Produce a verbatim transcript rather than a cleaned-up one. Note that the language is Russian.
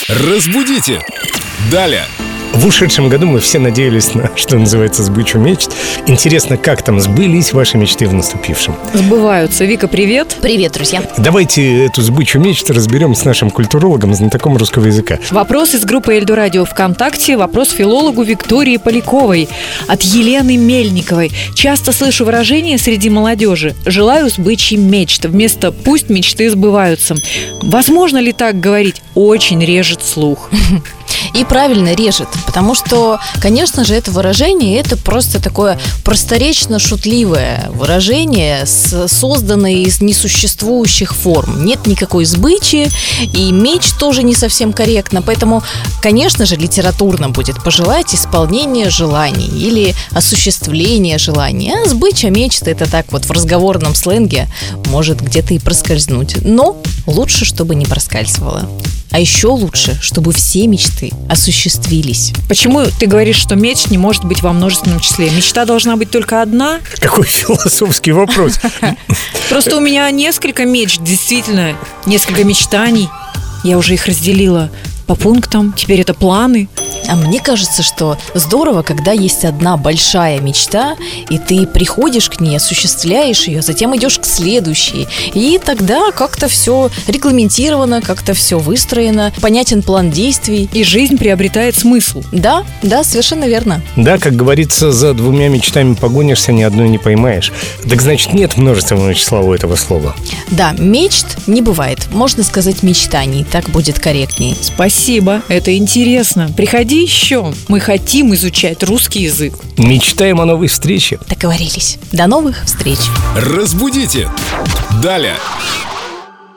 Разбудите! Далее! В ушедшем году мы все надеялись на, что называется, сбычу мечт. Интересно, как там сбылись ваши мечты в наступившем? Сбываются. Вика, привет. Привет, друзья. Давайте эту сбычу мечт разберем с нашим культурологом, знатоком русского языка. Вопрос из группы Эльдо Радио ВКонтакте. Вопрос филологу Виктории Поляковой от Елены Мельниковой. Часто слышу выражение среди молодежи: «желаю сбычьи мечт» вместо «пусть мечты сбываются». Возможно ли так говорить? Очень режет слух. И правильно режет, потому что, конечно же, это выражение, это просто такое просторечно-шутливое выражение, созданное из несуществующих форм. Нет никакой сбычи, и меч тоже не совсем корректно, поэтому, конечно же, литературно будет пожелать исполнения желаний или осуществления желаний. А сбыча мечты — это так вот в разговорном сленге может где-то и проскользнуть, но лучше, чтобы не проскальзывало. А еще лучше, чтобы все мечты осуществились. Почему ты говоришь, что мечт не может быть во множественном числе? Мечта должна быть только одна? Какой философский вопрос. Просто у меня несколько мечт, действительно, несколько мечтаний. Я уже их разделила по пунктам. Теперь это планы. А мне кажется, что здорово, когда есть одна большая мечта, и ты приходишь к ней, осуществляешь ее, затем идешь к следующей. И тогда как-то все регламентировано, как-то все выстроено, понятен план действий. И жизнь приобретает смысл. Да, да, совершенно верно. Да, как говорится, за двумя мечтами погонишься, ни одной не поймаешь. Так значит, нет множественного числа у этого слова. Да, мечт не бывает. Можно сказать мечтаний, так будет корректней. Спасибо, это интересно. Приходи еще. Мы хотим изучать русский язык. Мечтаем о новой встрече. Договорились. До новых встреч. Разбудите! Далее!